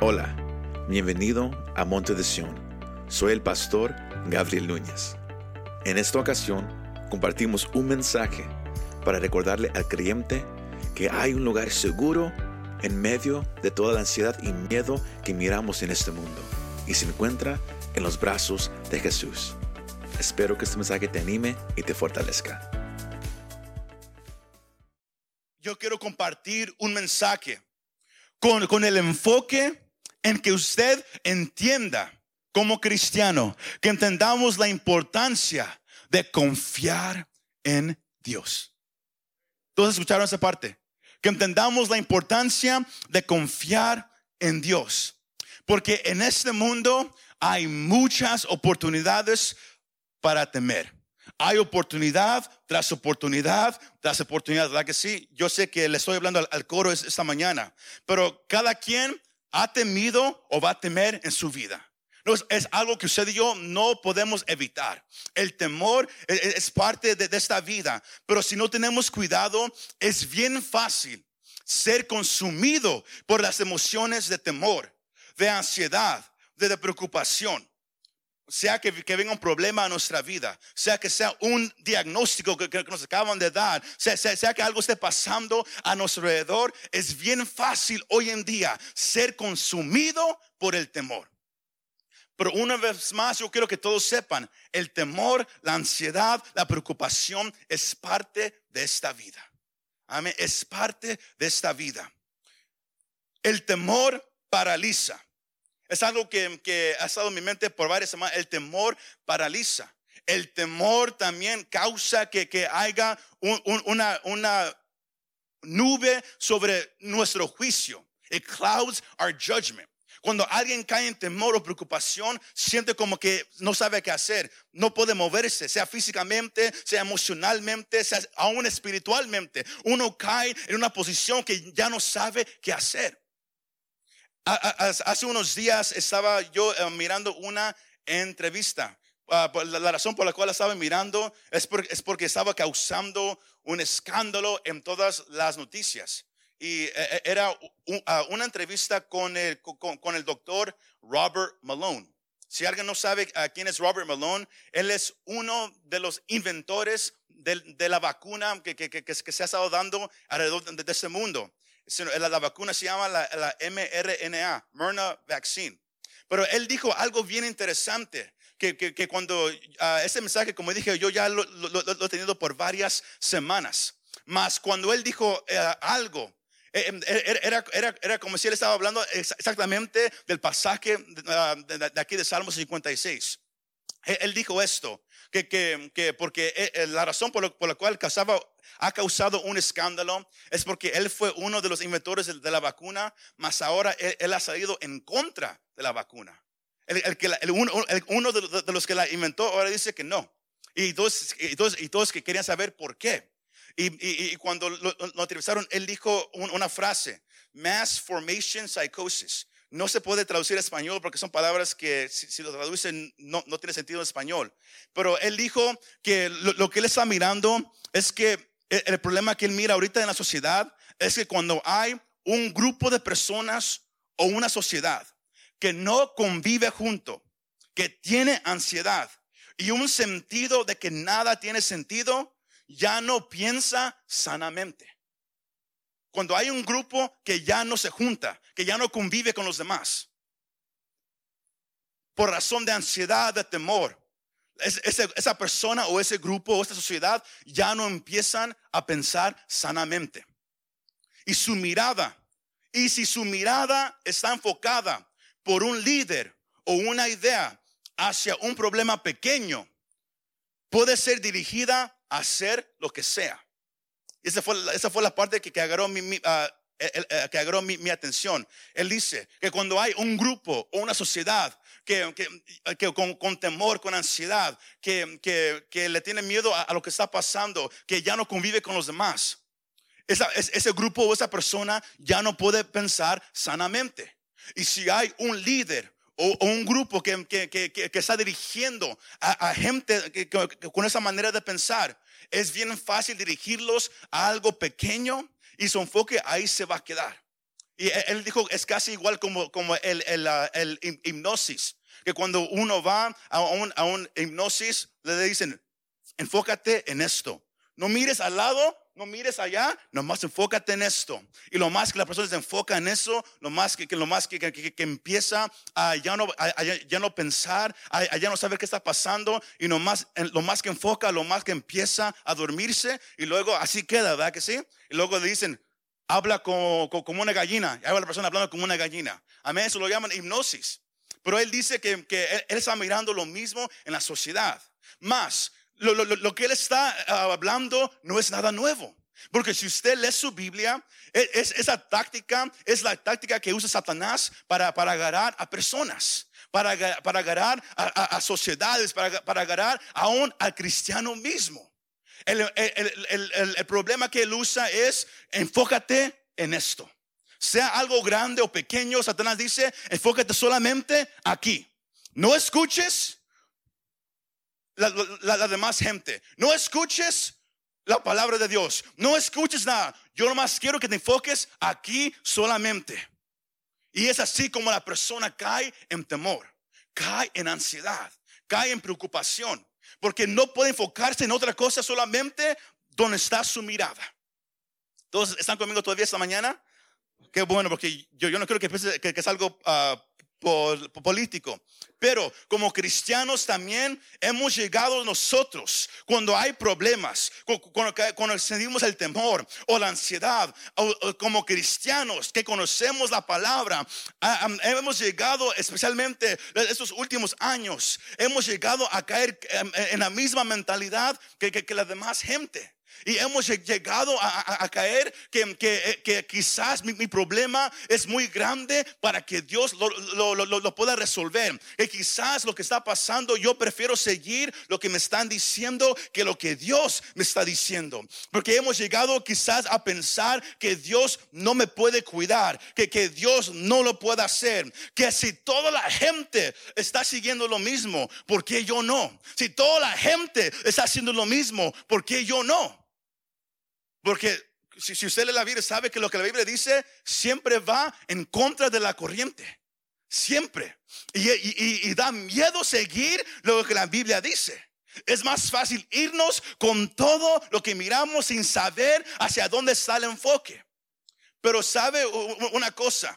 Hola, bienvenido a Monte de Sion. Soy el pastor Gabriel Núñez. En esta ocasión compartimos un mensaje para recordarle al creyente que hay un lugar seguro en medio de toda la ansiedad y miedo que miramos en este mundo, y se encuentra en los brazos de Jesús. Espero que este mensaje te anime y te fortalezca. Yo quiero compartir un mensaje con el enfoque en que usted entienda como cristiano, que entendamos la importancia de confiar en Dios. ¿Todos escucharon esa parte? Que entendamos la importancia de confiar en Dios. Porque en este mundo hay muchas oportunidades para temer. Hay oportunidad tras oportunidad tras oportunidad, ¿verdad que sí? Yo sé que le estoy hablando al coro esta mañana, pero cada quien ha temido o va a temer en su vida. No, es algo que usted y yo no podemos evitar. El temor es parte de esta vida, pero si no tenemos cuidado, es bien fácil ser consumido por las emociones de temor, de ansiedad, de preocupación. Sea que venga un problema a nuestra vida, sea que sea un diagnóstico que nos acaban de dar, sea que algo esté pasando a nuestro alrededor, es bien fácil hoy en día ser consumido por el temor. Pero una vez más yo quiero que todos sepan, el temor, la ansiedad, la preocupación es parte de esta vida. Amén, es parte de esta vida. El temor paraliza. Es algo que ha estado en mi mente por varias semanas. El temor paraliza. El temor también causa que haya una nube sobre nuestro juicio. It clouds our judgment. Cuando alguien cae en temor o preocupación, siente como que no sabe qué hacer. No puede moverse, sea físicamente, sea emocionalmente, sea aún espiritualmente. Uno cae en una posición que ya no sabe qué hacer. Hace unos días estaba yo mirando una entrevista. La razón por la cual la estaba mirando es porque estaba causando un escándalo en todas las noticias. Y era una entrevista con el doctor Robert Malone. Si alguien no sabe quién es Robert Malone, él es uno de los inventores de la vacuna que se ha estado dando alrededor de este mundo. La vacuna se llama la mRNA, MRNA Vaccine. Pero él dijo algo bien interesante, que cuando ese mensaje, como dije, yo ya lo he tenido por varias semanas. Mas cuando él dijo algo, era como si él estaba hablando exactamente del pasaje de aquí de Salmo 56. Él dijo esto, que porque la razón por la cual ha causado un escándalo es porque él fue uno de los inventores de la vacuna, mas ahora él ha salido en contra de la vacuna. Uno de los que la inventó ahora dice que no. Y todos que querían saber por qué. Y cuando lo entrevistaron, él dijo una frase: mass formation psychosis. No se puede traducir a español porque son palabras que si lo traducen no tiene sentido en español. Pero él dijo que lo que él está mirando es que el problema que él mira ahorita en la sociedad es que cuando hay un grupo de personas o una sociedad que no convive junto, que tiene ansiedad y un sentido de que nada tiene sentido, ya no piensa sanamente. Cuando hay un grupo que ya no se junta, que ya no convive con los demás, por razón de ansiedad, de temor, esa persona o ese grupo o esa sociedad ya no empiezan a pensar sanamente. Y si su mirada está enfocada por un líder o una idea hacia un problema pequeño, puede ser dirigida a hacer lo que sea. Esa fue la parte que agarró mi atención. Él dice que cuando hay un grupo o una sociedad que con temor, con ansiedad, que le tiene miedo a lo que está pasando, que ya no convive con los demás, ese grupo o esa persona ya no puede pensar sanamente. Y si hay un líder o un grupo que está dirigiendo a gente con esa manera de pensar, es bien fácil dirigirlos a algo pequeño y su enfoque ahí se va a quedar. Y él dijo, es casi igual como el hipnosis. Que cuando uno va a un hipnosis, le dicen, enfócate en esto. No mires al lado, no mires allá, nomás enfócate en esto. Y lo más que la persona se enfoca en eso, lo más que empieza a ya no pensar, a ya no saber qué está pasando. Y lo más que enfoca, lo más que empieza a dormirse. Y luego así queda, ¿verdad que sí? Y luego le dicen, habla como una gallina. Y ahí va la persona hablando como una gallina. Amén, eso lo llaman hipnosis. Pero él dice que él está mirando lo mismo en la sociedad. Más, lo que él está hablando no es nada nuevo. Porque si usted lee su Biblia, esa táctica es la táctica que usa Satanás para agarrar a personas, para agarrar a sociedades, para agarrar aún al cristiano mismo. El problema que él usa es, enfócate en esto. Sea algo grande o pequeño, Satanás dice, enfócate solamente aquí. No escuches la demás gente. No escuches la palabra de Dios. No escuches nada. Yo nomás quiero que te enfoques aquí solamente. Y es así como la persona cae en temor, cae en ansiedad, cae en preocupación. Porque no puede enfocarse en otra cosa, solamente donde está su mirada. ¿Todos están conmigo todavía esta mañana? Qué bueno, porque yo no creo que es algo político. Pero como cristianos también hemos llegado nosotros, cuando hay problemas, cuando sentimos el temor o la ansiedad, o como cristianos que conocemos la palabra, hemos llegado, especialmente estos últimos años, hemos llegado a caer en la misma mentalidad que la demás gente. Y hemos llegado a caer que quizás mi problema es muy grande para que Dios lo pueda resolver. Que quizás lo que está pasando, yo prefiero seguir lo que me están diciendo que lo que Dios me está diciendo. Porque hemos llegado quizás a pensar que Dios no me puede cuidar, que Dios no lo puede hacer. Que si toda la gente está siguiendo lo mismo, ¿por qué yo no? Si toda la gente está haciendo lo mismo, ¿por qué yo no? Porque si usted lee la Biblia, sabe que lo que la Biblia dice siempre va en contra de la corriente. Siempre. Y da miedo seguir lo que la Biblia dice. Es más fácil irnos con todo lo que miramos sin saber hacia dónde está el enfoque. Pero sabe una cosa,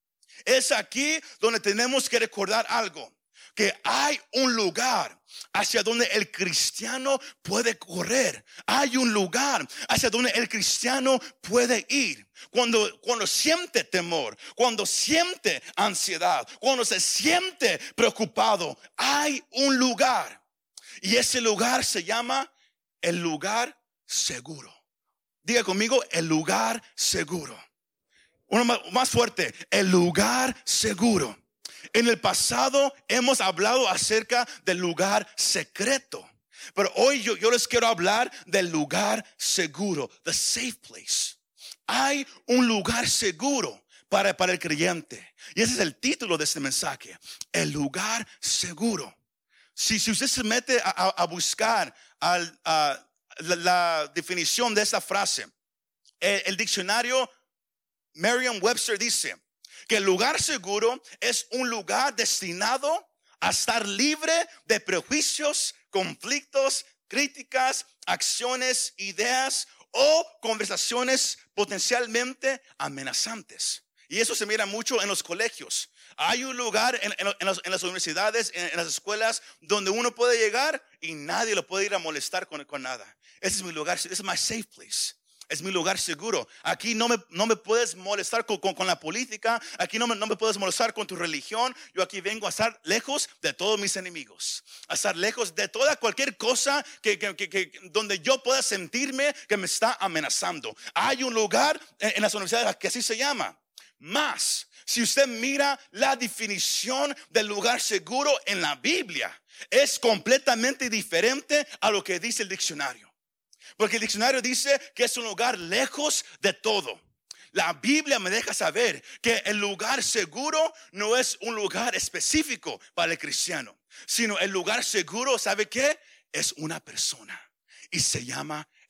es aquí donde tenemos que recordar algo. Que hay un lugar hacia donde el cristiano puede correr. Hay un lugar hacia donde el cristiano puede ir. Cuando siente temor, cuando siente ansiedad, cuando se siente preocupado, hay un lugar. Y ese lugar se llama el lugar seguro. Diga conmigo, el lugar seguro. Uno más fuerte, el lugar seguro. En el pasado hemos hablado acerca del lugar secreto, pero hoy yo les quiero hablar del lugar seguro, the safe place. Hay un lugar seguro para el creyente, y ese es el título de este mensaje, el lugar seguro. Si usted se mete a buscar la definición de esta frase, el diccionario Merriam-Webster dice que el lugar seguro es un lugar destinado a estar libre de prejuicios, conflictos, críticas, acciones, ideas o conversaciones potencialmente amenazantes. Y eso se mira mucho en los colegios. Hay un lugar en las universidades, en las escuelas, donde uno puede llegar y nadie lo puede ir a molestar con nada. Ese es mi lugar, ese es my safe place. Es mi lugar seguro. Aquí no me puedes molestar con la política. Aquí no me puedes molestar con tu religión. Yo aquí vengo a estar lejos de todos mis enemigos. A estar lejos de cualquier cosa donde yo pueda sentirme que me está amenazando. Hay un lugar en las universidades que así se llama. Más, si usted mira la definición del lugar seguro en la Biblia, es completamente diferente a lo que dice el diccionario. Porque el diccionario dice que es un lugar lejos de todo. La Biblia me deja saber que el lugar seguro no es un lugar específico para el cristiano, sino el lugar seguro, ¿sabe qué? Es una persona y se llama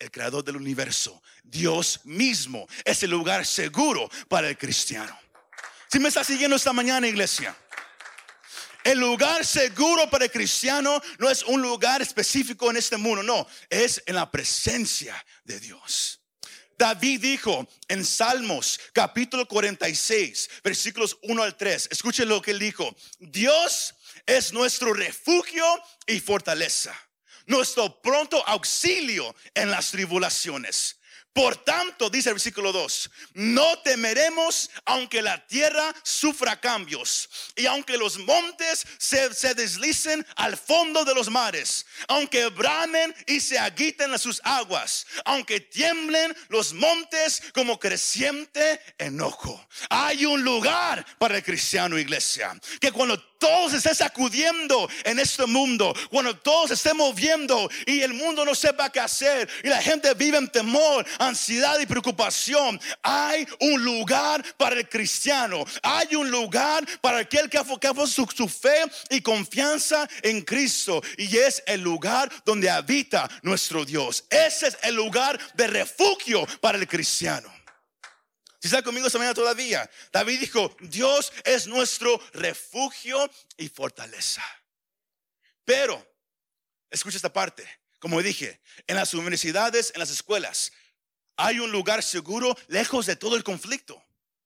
el creador del universo, Dios mismo, es el lugar seguro para el cristiano. ¿Sí me está siguiendo esta mañana, iglesia? El lugar seguro para el cristiano no es un lugar específico en este mundo, no, es en la presencia de Dios. David dijo en Salmos capítulo 46 versículos 1 al 3, escuchen lo que él dijo: Dios es nuestro refugio y fortaleza, nuestro pronto auxilio en las tribulaciones. Por tanto, dice el versículo 2, no temeremos aunque la tierra sufra cambios y aunque los montes se deslicen al fondo de los mares, aunque bramen y se agiten sus aguas, aunque tiemblen los montes como creciente enojo. Hay un lugar para el cristiano, iglesia, que cuando todos estén sacudiendo en este mundo, cuando todos estén moviendo y el mundo no sepa qué hacer y la gente vive en temor, ansiedad y preocupación, hay un lugar para el cristiano. Hay un lugar para aquel que ha puesto su fe y confianza en Cristo, y es el lugar donde habita nuestro Dios. Ese es el lugar de refugio para el cristiano. Si está conmigo esta mañana todavía, David dijo: Dios es nuestro refugio y fortaleza. Pero escucha esta parte. Como dije, en las universidades, en las escuelas, hay un lugar seguro lejos de todo el conflicto.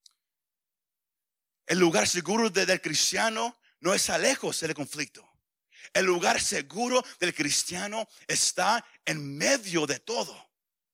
El lugar seguro del cristiano no está lejos del conflicto. El lugar seguro del cristiano está en medio de todo.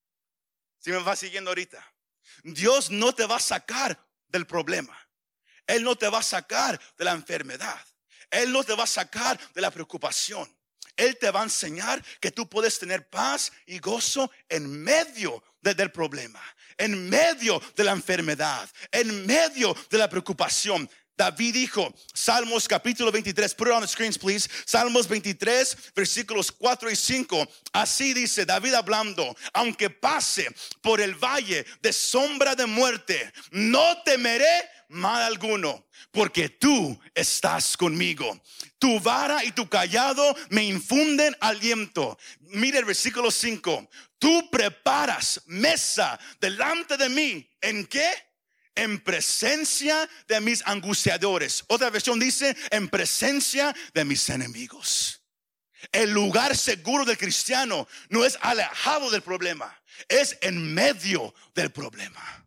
¿Sí me va siguiendo ahorita? Dios no te va a sacar del problema. Él no te va a sacar de la enfermedad. Él no te va a sacar de la preocupación. Él te va a enseñar que tú puedes tener paz y gozo en medio del problema, en medio de la enfermedad, en medio de la preocupación. David dijo, Salmos capítulo 23, put it on the screens please, Salmos 23 versículos 4 y 5, así dice David hablando: aunque pase por el valle de sombra de muerte, no temeré mal alguno, porque tú estás conmigo. Tu vara y tu cayado me infunden aliento. Mira el versículo 5, tú preparas mesa delante de mí. ¿En qué? En presencia de mis angustiadores. Otra versión dice: en presencia de mis enemigos. El lugar seguro del cristiano no es alejado del problema, es en medio del problema.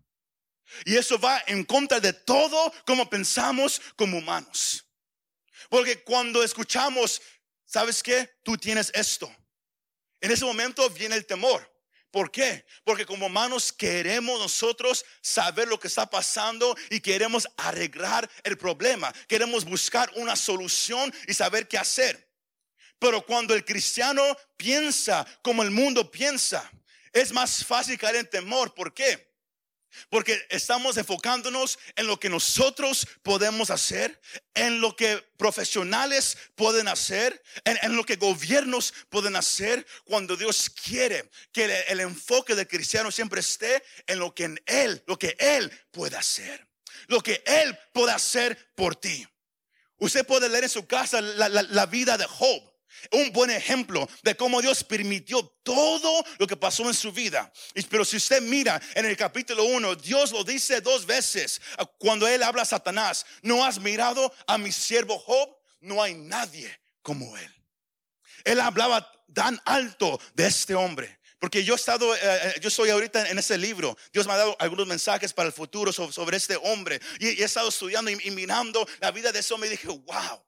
Y eso va en contra de todo como pensamos como humanos. Porque cuando escuchamos, ¿sabes qué? Tú tienes esto. En ese momento viene el temor. ¿Por qué? Porque como humanos queremos nosotros saber lo que está pasando y queremos arreglar el problema. Queremos buscar una solución y saber qué hacer. Pero cuando el cristiano piensa como el mundo piensa, es más fácil caer en temor. ¿Por qué? Porque estamos enfocándonos en lo que nosotros podemos hacer, en lo que profesionales pueden hacer, en lo que gobiernos pueden hacer, cuando Dios quiere que el enfoque del cristiano siempre esté en lo que Él puede hacer, lo que Él puede hacer por ti. Usted puede leer en su casa la vida de Job. Un buen ejemplo de cómo Dios permitió todo lo que pasó en su vida. Pero si usted mira en el capítulo 1, Dios lo dice 2 veces cuando él habla a Satanás: ¿no has mirado a mi siervo Job? No hay nadie como él. Él hablaba tan alto de este hombre. Porque yo estoy ahorita en ese libro. Dios me ha dado algunos mensajes para el futuro sobre este hombre. Y he estado estudiando y mirando la vida de ese hombre. Y dije, wow.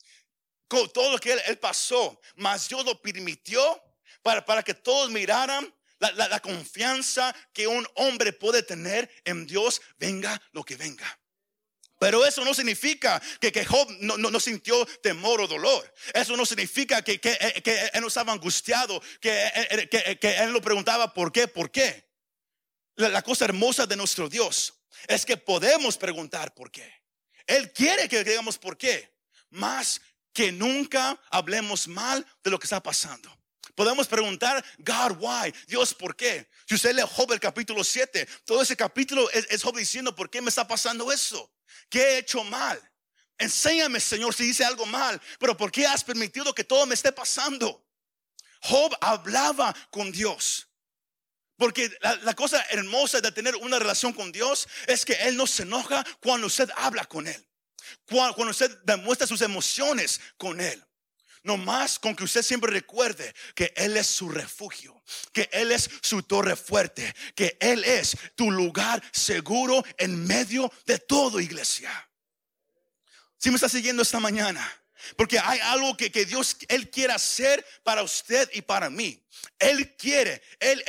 Con todo lo que él pasó, mas Dios lo permitió para que todos miraran la confianza que un hombre puede tener en Dios, venga lo que venga. Pero eso no significa que Job no sintió temor o dolor. Eso no significa que él no estaba angustiado, que él lo preguntaba ¿por qué? La cosa hermosa de nuestro Dios es que podemos preguntar por qué. Él quiere que digamos por qué, más que nunca hablemos mal de lo que está pasando. Podemos preguntar, God, why? Dios, ¿por qué? Si usted lee Job el capítulo 7, todo ese capítulo es Job diciendo, ¿por qué me está pasando eso? ¿Qué he hecho mal? Enséñame, Señor, si hice algo mal. Pero ¿por qué has permitido que todo me esté pasando? Job hablaba con Dios. Porque la cosa hermosa de tener una relación con Dios es que Él no se enoja cuando usted habla con Él, cuando usted demuestra sus emociones con Él. No más con que usted siempre recuerde que Él es su refugio, que Él es su torre fuerte, que Él es tu lugar seguro en medio de todo, iglesia. Si me está siguiendo esta mañana, porque hay algo que Dios, Él quiere hacer para usted y para mí. Él quiere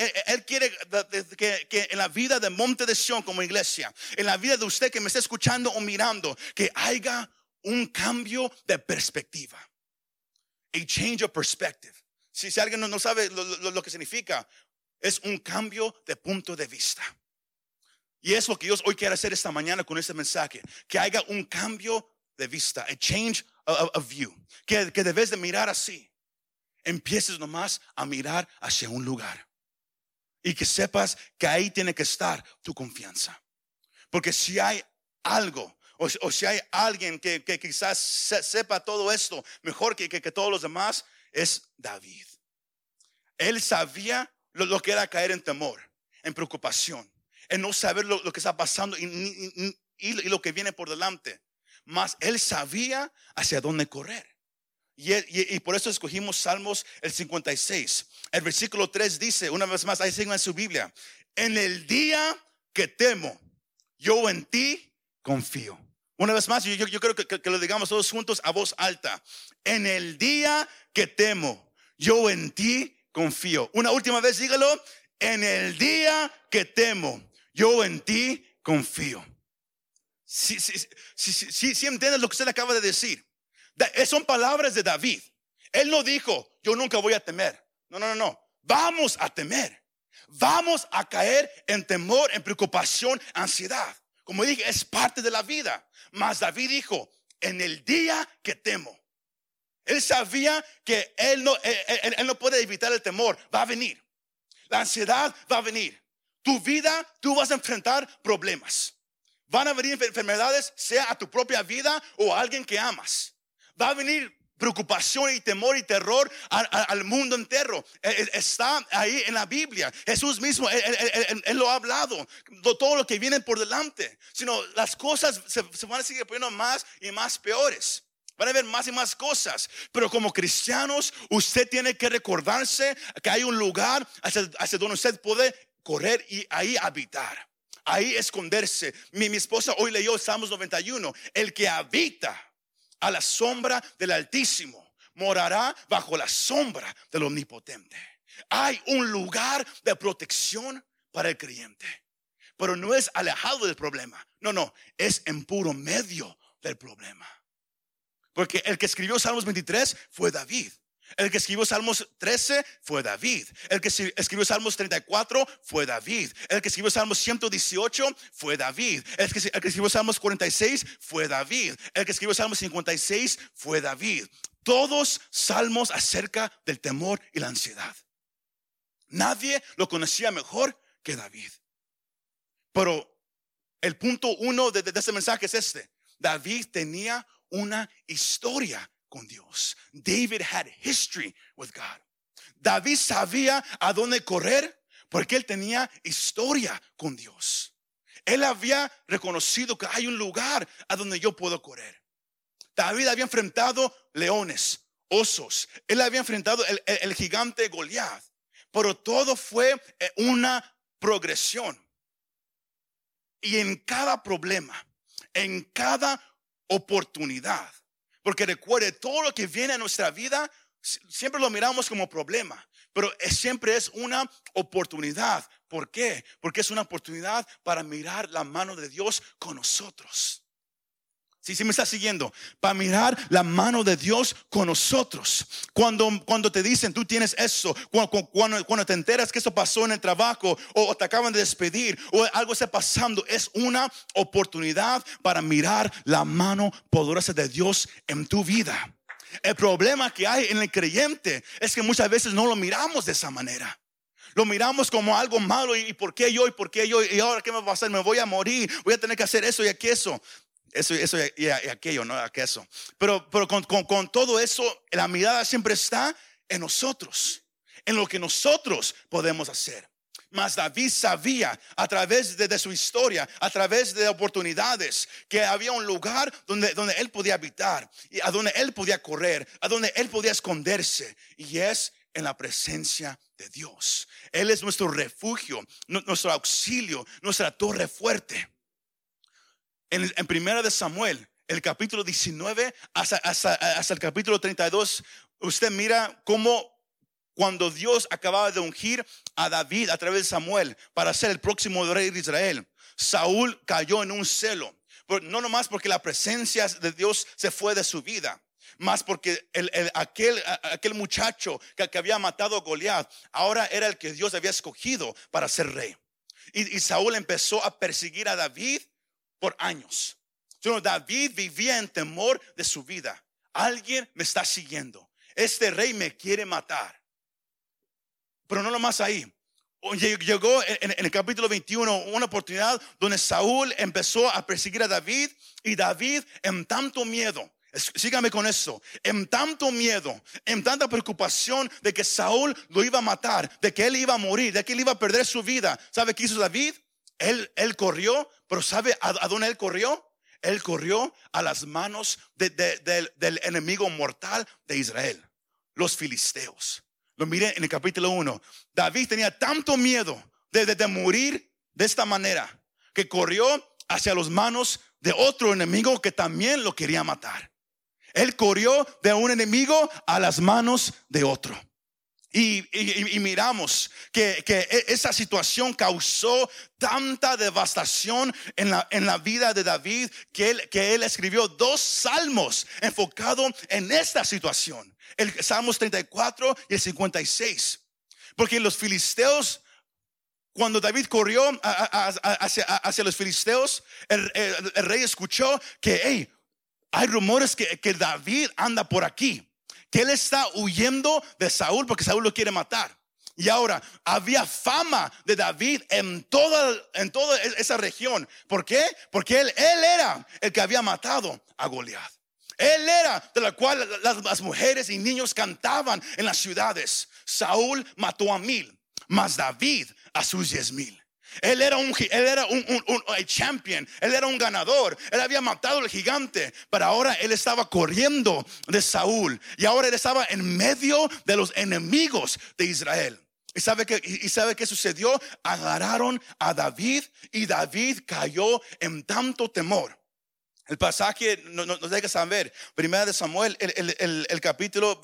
que en la vida de Monte de Sion como iglesia, en la vida de usted que me está escuchando o mirando, que haya un cambio de perspectiva. A change of perspective. Si alguien no sabe lo que significa, es un cambio de punto de vista. Y es lo que Dios hoy quiere hacer esta mañana con este mensaje. Que haya un cambio de vista, a change of view. Que debes de mirar así. Empieces nomás a mirar hacia un lugar. Y que sepas que ahí tiene que estar tu confianza. Porque si hay algo, o si hay alguien que quizás sepa todo esto mejor que todos los demás, es David. Él sabía lo que era caer en temor, en preocupación, en no saber lo que está pasando y lo que viene por delante. Mas él sabía hacia dónde correr. Y por eso escogimos Salmos el 56. El versículo 3 dice, una vez más, ahí sigan en su Biblia: en el día que temo, yo en ti confío. Una vez más, yo creo que lo digamos todos juntos a voz alta. En el día que temo, yo en ti confío. Una última vez, dígalo. En el día que temo, yo en ti confío. Si entiendes lo que usted acaba de decir. Son palabras de David. Él no dijo, yo nunca voy a temer. No. Vamos a temer. Vamos a caer en temor, en preocupación, ansiedad. Como dije, es parte de la vida. Mas David dijo, en el día que temo. Él sabía que él no puede evitar el temor. Va a venir. La ansiedad va a venir. Tu vida, tú vas a enfrentar problemas. Van a venir enfermedades, sea a tu propia vida o a alguien que amas. Va a venir preocupación y temor y terror al mundo entero. Está ahí en la Biblia. Jesús mismo, él lo ha hablado. Todo lo que viene por delante. Sino las cosas se van a seguir poniendo más y más peores. Van a haber más y más cosas. Pero como cristianos, usted tiene que recordarse que hay un lugar hacia donde usted puede correr y ahí habitar. Ahí esconderse. Mi esposa hoy leyó Salmos 91. El que habita a la sombra del Altísimo morará bajo la sombra del Omnipotente. Hay un lugar de protección para el creyente, pero no es alejado del problema. No, es en puro medio del problema. Porque el que escribió Salmos 23 fue David. El que escribió Salmos 13 fue David. El que escribió Salmos 34 fue David. El que escribió Salmos 118 fue David. El que escribió Salmos 46 fue David. El que escribió Salmos 56 fue David. Todos salmos acerca del temor y la ansiedad. Nadie lo conocía mejor que David. Pero el punto 1 de este mensaje es este: David tenía una historia con Dios. David had history with God. David sabía a dónde correr porque él tenía historia con Dios. Él había reconocido que hay un lugar a donde yo puedo correr. David había enfrentado leones, osos. Él había enfrentado el gigante Goliat. Pero todo fue una progresión. Y en cada problema, en cada oportunidad, porque recuerde, todo lo que viene a nuestra vida siempre lo miramos como problema, pero siempre es una oportunidad. ¿Por qué? Porque es una oportunidad para mirar la mano de Dios con nosotros. Si me está siguiendo, para mirar la mano de Dios con nosotros. Cuando te dicen tú tienes eso, cuando te enteras que eso pasó en el trabajo, o te acaban de despedir, o algo está pasando, es una oportunidad para mirar la mano poderosa de Dios en tu vida. El problema que hay en el creyente es que muchas veces no lo miramos de esa manera. Lo miramos como algo malo. ¿Y por qué yo? ¿Y ahora qué me va a pasar? Me voy a morir, voy a tener que hacer eso y aquello. Eso y aquello, no aquello. Pero con todo eso, la mirada siempre está en nosotros, en lo que nosotros podemos hacer. Mas David sabía a través de su historia, a través de oportunidades, que había un lugar donde él podía habitar, y a donde él podía correr, a donde él podía esconderse, y es en la presencia de Dios. Él es nuestro refugio, nuestro auxilio, nuestra torre fuerte. En primera de Samuel, el capítulo 19 hasta el capítulo 32, usted mira cómo cuando Dios acababa de ungir a David a través de Samuel para ser el próximo rey de Israel, Saúl cayó en un celo. No nomás porque la presencia de Dios se fue de su vida, más porque aquel muchacho que había matado a Goliat ahora era el que Dios había escogido para ser rey. Y Saúl empezó a perseguir a David por años. David vivía en temor de su vida. Alguien me está siguiendo. Este rey me quiere matar. Pero no nomás ahí. Llegó en el capítulo 21 una oportunidad donde Saúl empezó a perseguir a David, y David, en tanto miedo, sígame con esto, en tanto miedo, en tanta preocupación de que Saúl lo iba a matar, de que él iba a morir, de que él iba a perder su vida, ¿sabe qué hizo David? Él corrió, pero ¿sabe a dónde él corrió? Él corrió a las manos del enemigo mortal de Israel, los filisteos. Lo miré en el capítulo 1. David tenía tanto miedo de morir de esta manera, que corrió hacia las manos de otro enemigo que también lo quería matar. Él corrió de un enemigo a las manos de otro. Y miramos que esa situación causó tanta devastación en la vida de David, que él escribió 2 salmos enfocados en esta situación, el Salmos 34 y el 56. Porque los filisteos, cuando David corrió hacia los filisteos, el rey escuchó que hay rumores que David anda por aquí, que él está huyendo de Saúl porque Saúl lo quiere matar. Y ahora había fama de David en toda esa región. ¿Por qué? Porque él era el que había matado a Goliat. Él era de la cual las mujeres y niños cantaban en las ciudades. Saúl mató a 1000, mas David a sus 10,000. Él era un champion, él era un ganador, él había matado al gigante, pero ahora él estaba corriendo de Saúl, y ahora él estaba en medio de los enemigos de Israel. ¿Y sabe qué sucedió? Agarraron a David, y David cayó en tanto temor. El pasaje nos deja saber, primera de Samuel, el capítulo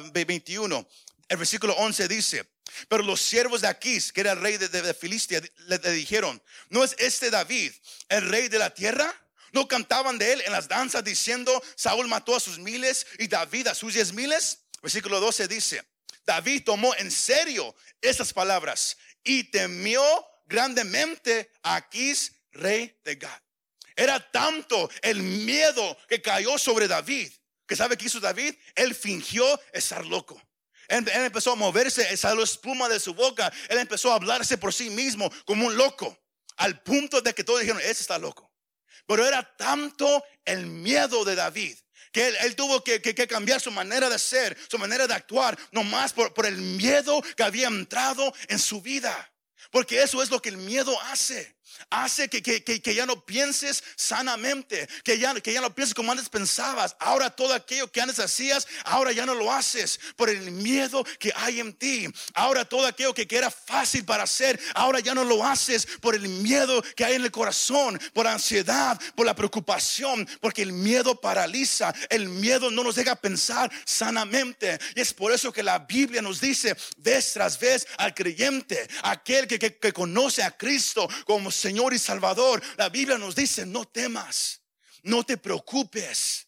21, el versículo 11 dice: pero los siervos de Aquís, que era el rey de Filistia, le dijeron: ¿no es este David el rey de la tierra? ¿No cantaban de él en las danzas diciendo: Saúl mató a sus 1000 y David a sus 10,000? Versículo 12 dice: David tomó en serio esas palabras y temió grandemente a Aquís, rey de Gat. Era tanto el miedo que cayó sobre David, que ¿sabe qué hizo David? Él fingió estar loco. Él empezó a moverse, salió espuma de su boca. Él empezó a hablarse por sí mismo como un loco, al punto de que todos dijeron: ese está loco. Pero era tanto el miedo de David que él tuvo que cambiar su manera de ser, su manera de actuar, nomás por el miedo que había entrado en su vida. Porque eso es lo que el miedo hace. Hace que ya no pienses sanamente, que ya no pienses como antes pensabas. Ahora todo aquello que antes hacías, ahora ya no lo haces por el miedo que hay en ti. Ahora todo aquello que era fácil para hacer, ahora ya no lo haces por el miedo que hay en el corazón, por la ansiedad, por la preocupación, porque el miedo paraliza. El miedo no nos deja pensar sanamente. Y es por eso que la Biblia nos dice vez tras vez al creyente, aquel que conoce a Cristo como Señor y Salvador, la Biblia nos dice: no temas, no te preocupes,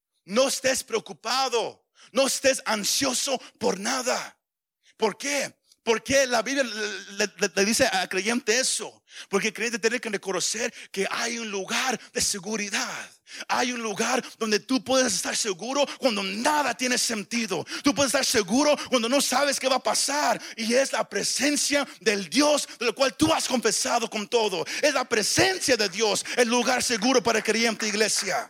no estés preocupado, no estés ansioso por nada. ¿Por qué? Porque la Biblia le dice al creyente eso. Porque el creyente tiene que reconocer que hay un lugar de seguridad. Hay un lugar donde tú puedes estar seguro cuando nada tiene sentido. Tú puedes estar seguro cuando no sabes qué va a pasar. Y es la presencia del Dios de lo cual tú has confesado con todo. Es la presencia de Dios, el lugar seguro para el creyente, iglesia.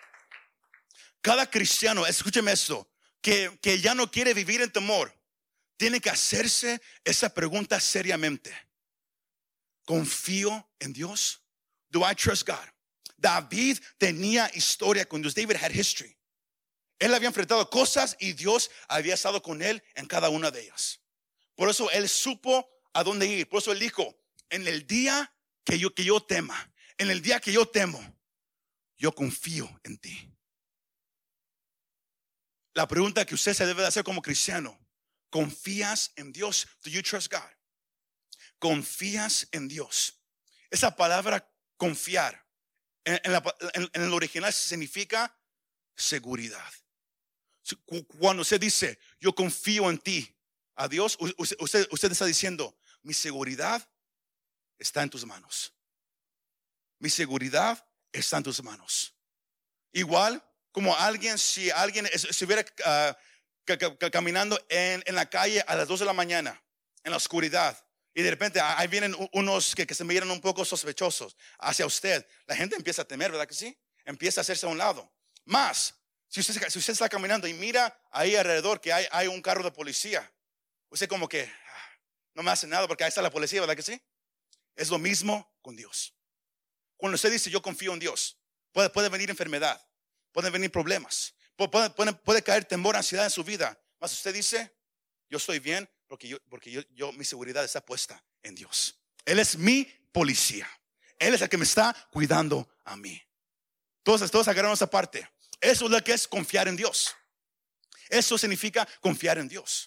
Cada cristiano, escúcheme esto, que ya no quiere vivir en temor, tiene que hacerse esa pregunta seriamente. ¿Confío en Dios? Do I trust God? David tenía historia con Dios. David had history. Él había enfrentado cosas y Dios había estado con él en cada una de ellas. Por eso él supo a dónde ir. Por eso él dijo, en el día que yo tema, en el día que yo temo, yo confío en ti. La pregunta que usted se debe de hacer como cristiano: ¿confías en Dios? Do you trust God? ¿Confías en Dios? Esa palabra confiar en el original significa seguridad. Cuando usted dice yo confío en ti, a Dios, usted está diciendo mi seguridad está en tus manos. Mi seguridad está en tus manos. Igual como si alguien estuviera caminando en la calle a las 2 de la mañana, en la oscuridad, y de repente ahí vienen unos que se miran un poco sospechosos hacia usted, la gente empieza a temer, ¿verdad que sí? Empieza a hacerse a un lado. Más, si usted está caminando y mira ahí alrededor que hay un carro de policía, usted como que no me hace nada porque ahí está la policía, ¿verdad que sí? Es lo mismo con Dios. Cuando usted dice yo confío en Dios, puede venir enfermedad, pueden venir problemas, puede caer temor, ansiedad en su vida. Mas usted dice yo estoy bien porque mi seguridad está puesta en Dios. Él es mi policía. Él es el que me está cuidando a mí. Todos agarraron esa parte. Eso es lo que es confiar en Dios. Eso significa confiar en Dios.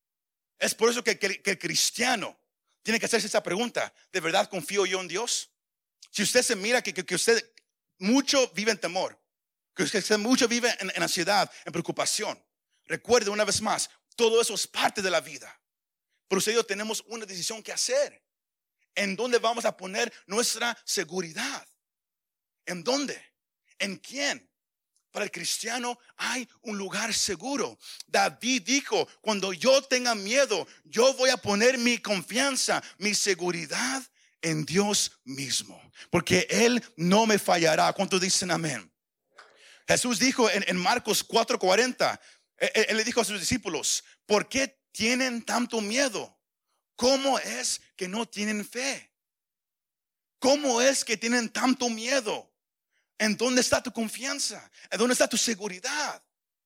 Es por eso que el cristiano tiene que hacerse esa pregunta: ¿de verdad confío yo en Dios? Si usted se mira que usted mucho vive en temor, que usted mucho vive en ansiedad, en preocupación, recuerde una vez más, todo eso es parte de la vida. Pero usted y yo tenemos una decisión que hacer. ¿En dónde vamos a poner nuestra seguridad? ¿En dónde? ¿En quién? Para el cristiano hay un lugar seguro. David dijo: cuando yo tenga miedo, yo voy a poner mi confianza, mi seguridad en Dios mismo, porque Él no me fallará. ¿Cuántos dicen amén? Jesús dijo en Marcos 4:40, Él le dijo a sus discípulos: ¿por qué tienen tanto miedo? ¿Cómo es que no tienen fe? ¿Cómo es que tienen tanto miedo? ¿En dónde está tu confianza? ¿En dónde está tu seguridad?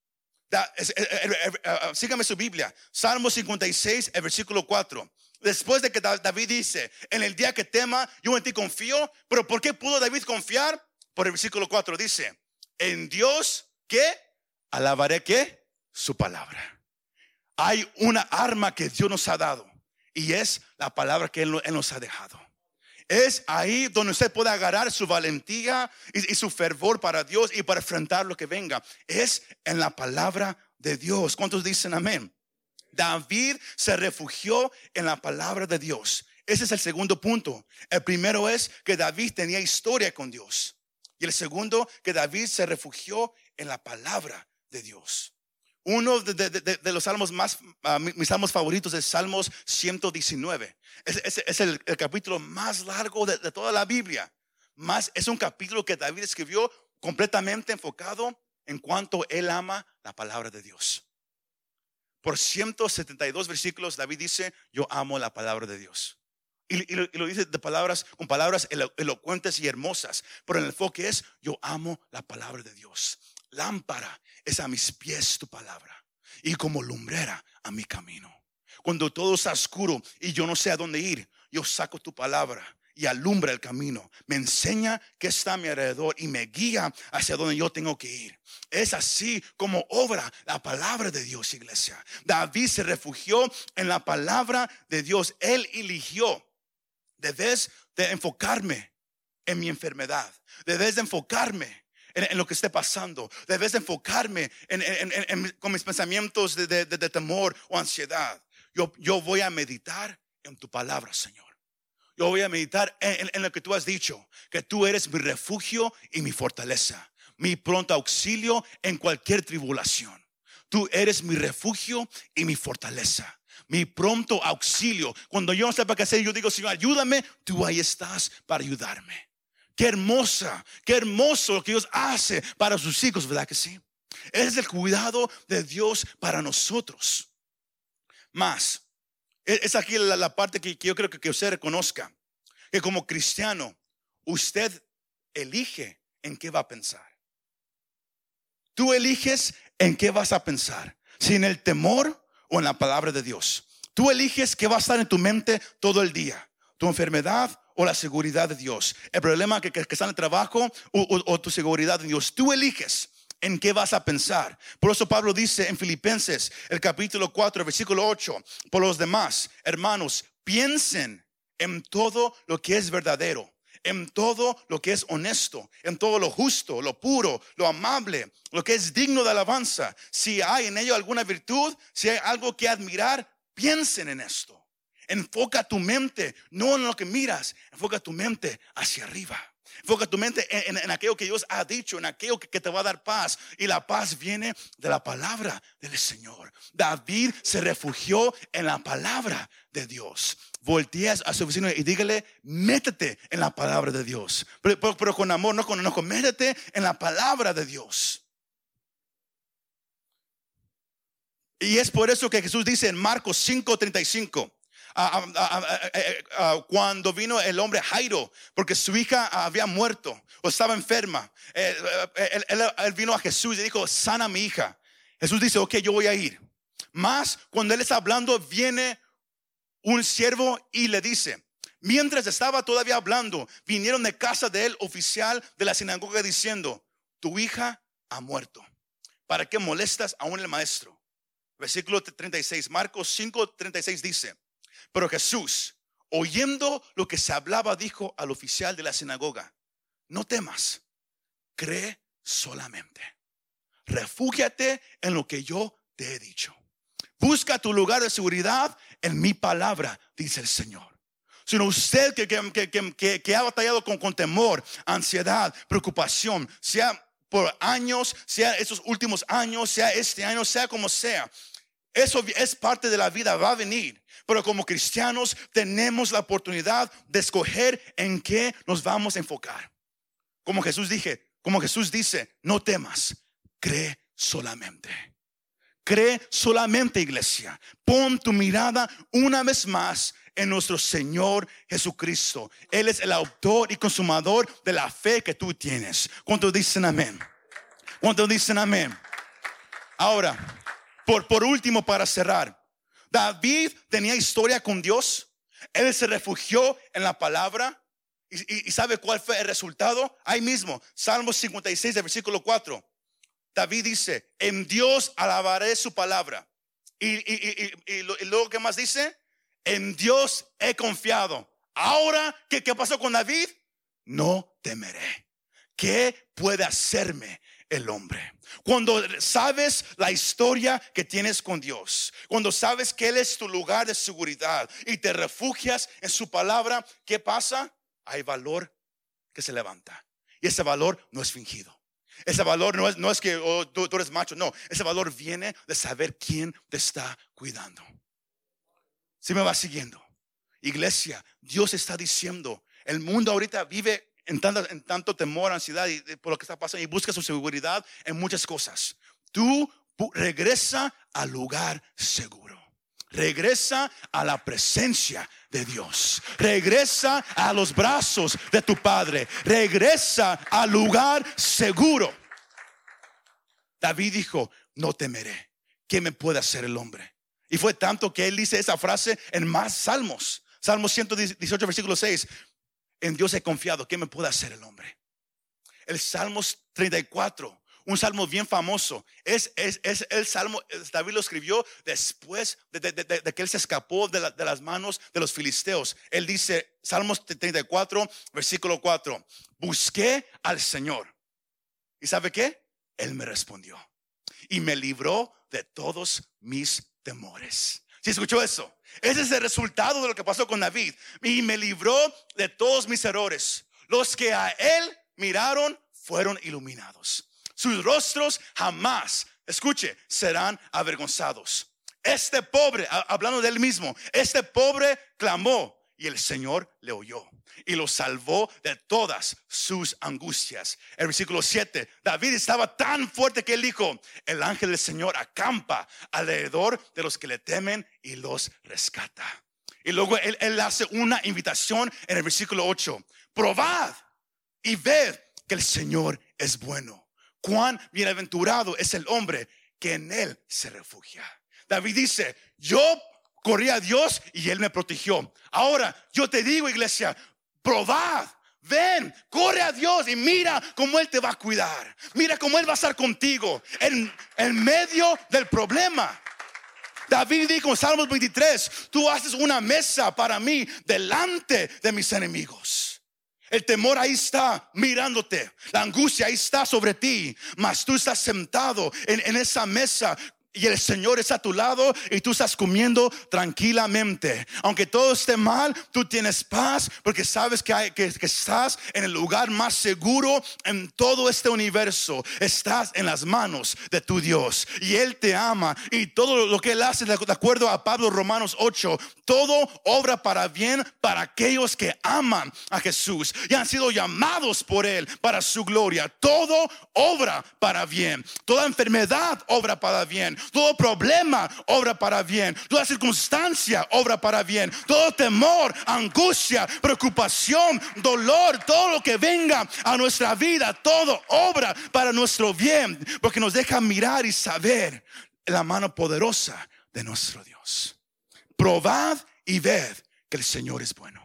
Sígame su Biblia, Salmo 56, el versículo 4. Después de que David dice: en el día que tema, yo en ti confío. Pero ¿por qué pudo David confiar? Por el versículo 4 dice: en Dios, ¿qué? Alabaré, ¿qué? Su palabra. Hay una arma que Dios nos ha dado, y es la palabra que Él nos ha dejado. Es ahí donde usted puede agarrar su valentía y su fervor para Dios y para enfrentar lo que venga. Es en la palabra de Dios. ¿Cuántos dicen amén? David se refugió en la palabra de Dios. Ese es el segundo punto. El primero es que David tenía historia con Dios. Y el segundo, que David se refugió en la palabra de Dios. Uno de los salmos mis salmos favoritos es Salmos 119. Es el capítulo más largo de toda la Biblia. Es un capítulo que David escribió completamente enfocado en cuanto él ama la palabra de Dios. Por 172 versículos David dice: yo amo la palabra de Dios. Y lo dice con palabras elocuentes y hermosas. Pero el enfoque es: yo amo la palabra de Dios. Lámpara es a mis pies tu palabra, y como lumbrera a mi camino. Cuando todo está oscuro y yo no sé a dónde ir, yo saco tu palabra y alumbra el camino. Me enseña qué está a mi alrededor y me guía hacia donde yo tengo que ir. Es así como obra la palabra de Dios, iglesia. David se refugió en la palabra de Dios. Él eligió: debes de enfocarme en mi enfermedad, debes de enfocarme en lo que esté pasando, debes de enfocarme con mis pensamientos de temor o ansiedad. Yo voy a meditar en tu palabra, Señor. Yo voy a meditar en lo que tú has dicho, que tú eres mi refugio y mi fortaleza, mi pronto auxilio en cualquier tribulación. Tú eres mi refugio y mi fortaleza, mi pronto auxilio. Cuando yo no sepa qué hacer, yo digo: Señor, ayúdame. Tú ahí estás para ayudarme. Qué hermoso lo que Dios hace para sus hijos, ¿verdad que sí? Es el cuidado de Dios para nosotros. Más. Es aquí la parte que yo creo que usted reconozca. Que como cristiano, usted elige en qué va a pensar. Tú eliges en qué vas a pensar. Si en el temor o en la palabra de Dios. Tú eliges qué va a estar en tu mente todo el día. Tu enfermedad o la seguridad de Dios. El problema que está en el trabajo o tu seguridad en Dios. Tú eliges en qué vas a pensar. Por eso Pablo dice en Filipenses, el capítulo 4, versículo 8. Por los demás, hermanos, piensen en todo lo que es verdadero, en todo lo que es honesto, en todo lo justo, lo puro, lo amable, lo que es digno de alabanza. Si hay en ello alguna virtud, si hay algo que admirar, piensen en esto. Enfoca tu mente, no en lo que miras, enfoca tu mente hacia arriba. Enfoca tu mente en aquello que Dios ha dicho, en aquello que te va a dar paz. Y la paz viene de la palabra del Señor. David se refugió en la palabra de Dios. Volteas a su vecino y dígale, métete en la palabra de Dios. Pero con amor, no con enojo. Métete en la palabra de Dios. Y es por eso que Jesús dice en Marcos 5:35. Cuando vino el hombre Jairo, porque su hija había muerto o estaba enferma, él vino a Jesús y dijo, sana a mi hija. Jesús dice, ok, yo voy a ir. Mas cuando él está hablando, viene un siervo y le dice, mientras estaba todavía hablando, vinieron de casa de él oficial de la sinagoga diciendo, tu hija ha muerto. ¿Para qué molestas aún el maestro? Versículo 36, Marcos 5:36 dice, pero Jesús, oyendo lo que se hablaba, dijo al oficial de la sinagoga, no temas, cree solamente. Refúgiate en lo que yo te he dicho. Busca tu lugar de seguridad en mi palabra, dice el Señor. Sino usted que ha batallado con temor, ansiedad, preocupación, sea por años, sea estos últimos años, sea este año, sea como sea. Eso es parte de la vida, va a venir. Pero como cristianos tenemos la oportunidad de escoger en qué nos vamos a enfocar. Como Jesús dice, no temas, cree solamente. Cree solamente, iglesia. Pon tu mirada una vez más en nuestro Señor Jesucristo. Él es el autor y consumador de la fe que tú tienes. ¿Cuántos dicen amén? ¿Cuántos dicen amén? Ahora, por último, para cerrar, David tenía historia con Dios. Él se refugió en la palabra. ¿Y sabe cuál fue el resultado? Ahí mismo, Salmos 56, versículo 4. David dice, en Dios alabaré su palabra. Y luego, ¿qué más dice? En Dios he confiado. Ahora, ¿qué pasó con David? No temeré. ¿Qué puede hacerme el hombre? Cuando sabes la historia que tienes con Dios, cuando sabes que Él es tu lugar de seguridad y te refugias en su palabra, ¿qué pasa? Hay valor que se levanta. Y ese valor no es fingido. Ese valor no es que tú eres macho. No, ese valor viene de saber quién te está cuidando. ¿Sí me va siguiendo? Iglesia, Dios está diciendo, el mundo ahorita vive en tanto temor, ansiedad y por lo que está pasando, y busca su seguridad en muchas cosas. Tú regresa al lugar seguro. Regresa a la presencia de Dios. Regresa a los brazos de tu Padre. Regresa al lugar seguro. David dijo, no temeré. ¿Qué me puede hacer el hombre? Y fue tanto que él dice esa frase en más salmos. Salmos 118, versículo 6. En Dios he confiado, ¿qué me puede hacer el hombre? El Salmos 34, un salmo bien famoso. Es el salmo, David lo escribió después de que él se escapó de las manos de los filisteos. Él dice, Salmos 34, versículo 4. Busqué al Señor. ¿Y sabe qué? Él me respondió y me libró de todos mis temores. ¿Sí escuchó eso? Ese es el resultado de lo que pasó con David. Y me libró de todos mis errores. Los que a él miraron fueron iluminados. Sus rostros jamás, escuche, serán avergonzados. Este pobre, hablando de él mismo, este pobre clamó y el Señor le oyó y lo salvó de todas sus angustias. El versículo 7, David estaba tan fuerte que él dijo: el ángel del Señor acampa alrededor de los que le temen y los rescata. Y luego él hace una invitación en el versículo 8: probad y ved que el Señor es bueno. Cuán bienaventurado es el hombre que en él se refugia. David dice: yo corrí a Dios y él me protegió. Ahora yo te digo, iglesia, probad, ven, corre a Dios y mira cómo él te va a cuidar. Mira cómo él va a estar contigo en medio del problema. David dijo en Salmos 23: tú haces una mesa para mí delante de mis enemigos. El temor ahí está mirándote, la angustia ahí está sobre ti, mas tú estás sentado en esa mesa y el Señor está a tu lado y tú estás comiendo tranquilamente. Aunque todo esté mal, tú tienes paz porque sabes que estás en el lugar más seguro en todo este universo. Estás en las manos de tu Dios y Él te ama, y todo lo que Él hace, de acuerdo a Pablo, Romanos 8, todo obra para bien para aquellos que aman a Jesús y han sido llamados por Él para su gloria. Todo obra para bien. Toda enfermedad obra para bien. Todo problema obra para bien. Toda circunstancia obra para bien. Todo temor, angustia, preocupación, dolor, todo lo que venga a nuestra vida, todo obra para nuestro bien, porque nos deja mirar y saber la mano poderosa de nuestro Dios. Probad y ved que el Señor es bueno.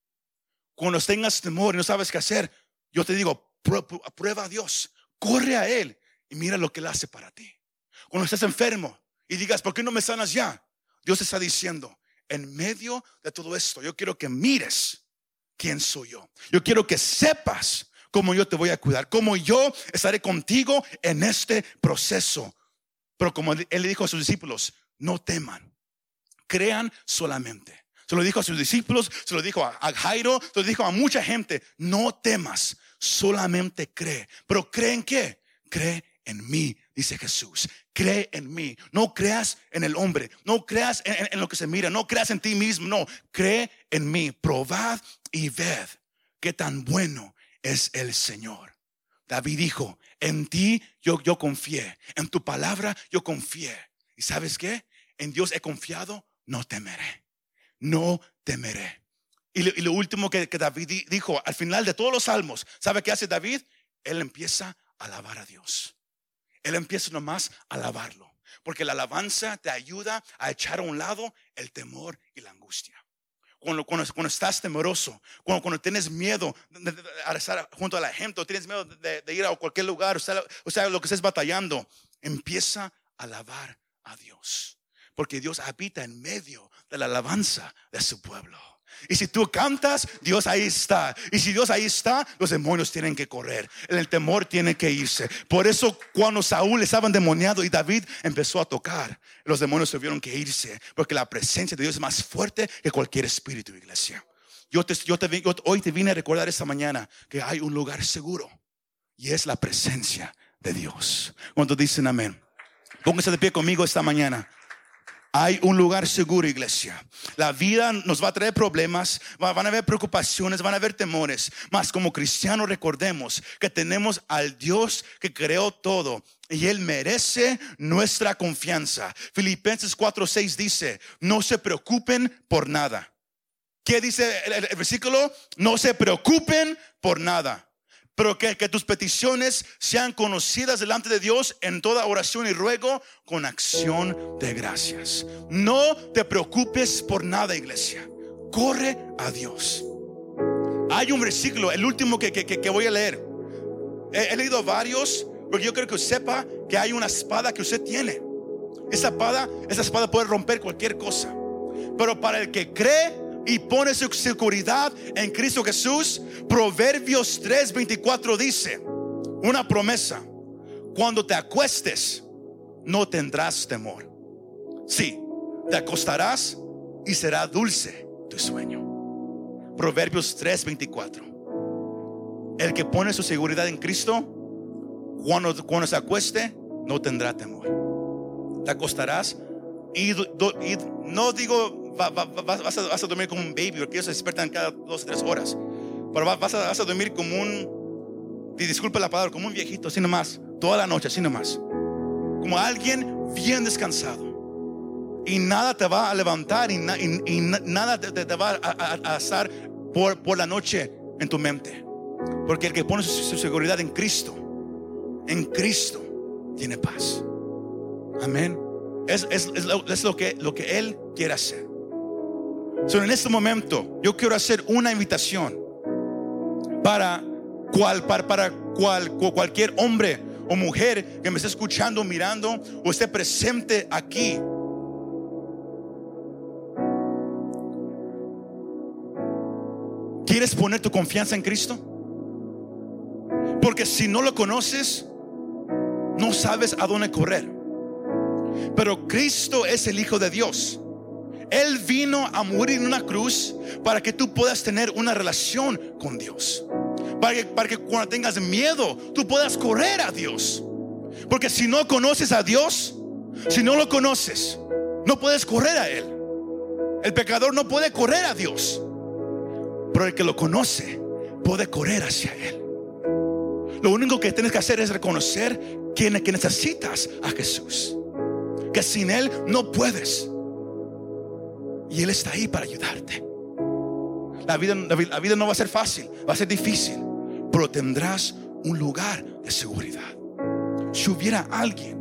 Cuando tengas temor y no sabes qué hacer, yo te digo: prueba a Dios, corre a Él y mira lo que Él hace para ti. Cuando estés enfermo y digas: ¿por qué no me sanas ya? Dios está diciendo: en medio de todo esto, yo quiero que mires quién soy yo. Yo quiero que sepas cómo yo te voy a cuidar, cómo yo estaré contigo en este proceso. Pero como Él le dijo a sus discípulos: no teman, crean solamente. Se lo dijo a sus discípulos, se lo dijo a Jairo, se lo dijo a mucha gente: no temas, solamente cree. Pero ¿cree en qué? Cree en mí, dice Jesús. Cree en mí. No creas en el hombre, no creas en lo que se mira, no creas en ti mismo, no, cree en mí. Probad y ved qué tan bueno es el Señor. David dijo: en ti yo confié, en tu palabra yo confié. ¿Y sabes qué? En Dios he confiado, no temeré. No temeré. Y lo último que David dijo al final de todos los salmos, ¿sabe qué hace David? Él empieza a alabar a Dios. Él empieza nomás a alabarlo, porque la alabanza te ayuda a echar a un lado el temor y la angustia. Cuando estás temeroso, cuando tienes miedo de estar junto a la gente, o tienes miedo de ir a cualquier lugar, o sea, lo que estés batallando, empieza a alabar a Dios, porque Dios habita en medio de la alabanza de su pueblo. Y si tú cantas, Dios ahí está. Y si Dios ahí está, los demonios tienen que correr, el temor tiene que irse. Por eso cuando Saúl estaba endemoniado y David empezó a tocar, los demonios tuvieron que irse, porque la presencia de Dios es más fuerte que cualquier espíritu, iglesia. Yo hoy te vine a recordar esta mañana que hay un lugar seguro, y es la presencia de Dios. ¿Cuántos dicen amén? Pónganse de pie conmigo esta mañana. Hay un lugar seguro, iglesia. La vida nos va a traer problemas, van a haber preocupaciones, van a haber temores, mas como cristianos recordemos que tenemos al Dios que creó todo y Él merece nuestra confianza. Filipenses 4:6 dice: no se preocupen por nada. ¿Qué dice el versículo? No se preocupen por nada, pero que tus peticiones sean conocidas delante de Dios en toda oración y ruego con acción de gracias. No te preocupes por nada, iglesia. Corre a Dios. Hay un versículo, el último que voy a leer. He leído varios, porque yo creo que sepa que hay una espada que usted tiene. Esa espada puede romper cualquier cosa. Pero para el que cree y pone su seguridad en Cristo Jesús, Proverbios 3:24 dice una promesa: cuando te acuestes no tendrás temor. Sí, te acostarás y será dulce tu sueño. Proverbios 3:24. El que pone su seguridad en Cristo, cuando se acueste no tendrá temor. Te acostarás y no digo vas a dormir como un baby, porque ellos se despiertan cada 2 o 3 horas. Pero vas a dormir como disculpe la palabra, como un viejito, así nomás, toda la noche, así nomás. Como alguien bien descansado. Y nada te va a levantar y nada te va a estar por la noche en tu mente. Porque el que pone su seguridad en Cristo tiene paz. Amén. Es lo que Él quiere hacer. En este momento yo quiero hacer una invitación para cualquier hombre o mujer que me esté escuchando, mirando o esté presente aquí. ¿Quieres poner tu confianza en Cristo? Porque si no lo conoces, no sabes a dónde correr. Pero Cristo es el Hijo de Dios. Él vino a morir en una cruz para que tú puedas tener una relación con Dios. Para que cuando tengas miedo, tú puedas correr a Dios. Porque si no conoces a Dios, si no lo conoces, no puedes correr a Él. El pecador no puede correr a Dios. Pero el que lo conoce puede correr hacia Él. Lo único que tienes que hacer es reconocer que necesitas a Jesús, que sin Él no puedes. Y Él está ahí para ayudarte. La vida no va a ser fácil, va a ser difícil, pero tendrás un lugar de seguridad. Si hubiera alguien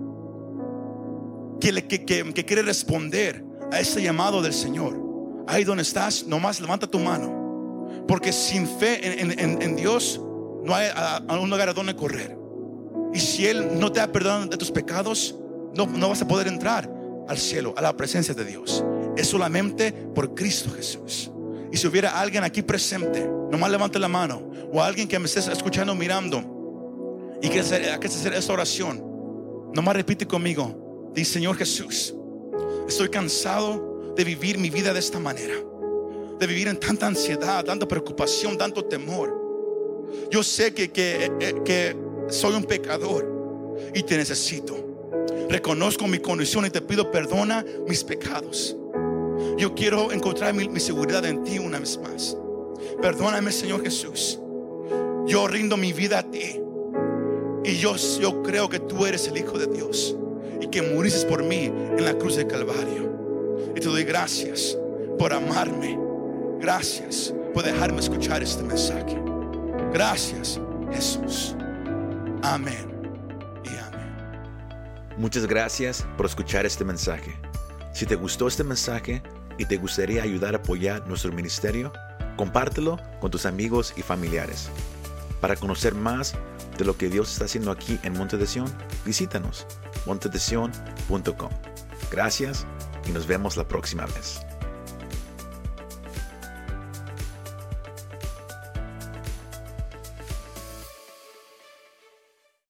que quiere responder a este llamado del Señor, ahí donde estás, nomás levanta tu mano. Porque sin fe en Dios no hay un lugar a donde correr. Y si Él no te ha perdonado de tus pecados, no vas a poder entrar al cielo, a la presencia de Dios. Es solamente por Cristo Jesús. Y si hubiera alguien aquí presente, nomás levante la mano. O alguien que me estés escuchando, mirando, y que hacer esta oración, nomás repite conmigo. Dice: Señor Jesús, estoy cansado de vivir mi vida de esta manera, de vivir en tanta ansiedad, tanta preocupación, tanto temor. Yo sé que soy un pecador y te necesito. Reconozco mi condición y te pido perdona mis pecados. Yo quiero encontrar mi seguridad en ti una vez más. Perdóname, Señor Jesús. Yo rindo mi vida a ti. Y yo creo que tú eres el Hijo de Dios y que muriste por mí en la cruz del Calvario. Y te doy gracias por amarme. Gracias por dejarme escuchar este mensaje. Gracias, Jesús. Amén y amén. Muchas gracias por escuchar este mensaje. Si te gustó este mensaje y te gustaría ayudar a apoyar nuestro ministerio, compártelo con tus amigos y familiares. Para conocer más de lo que Dios está haciendo aquí en Monte de Sion, visítanos montedesion.com. Gracias y nos vemos la próxima vez.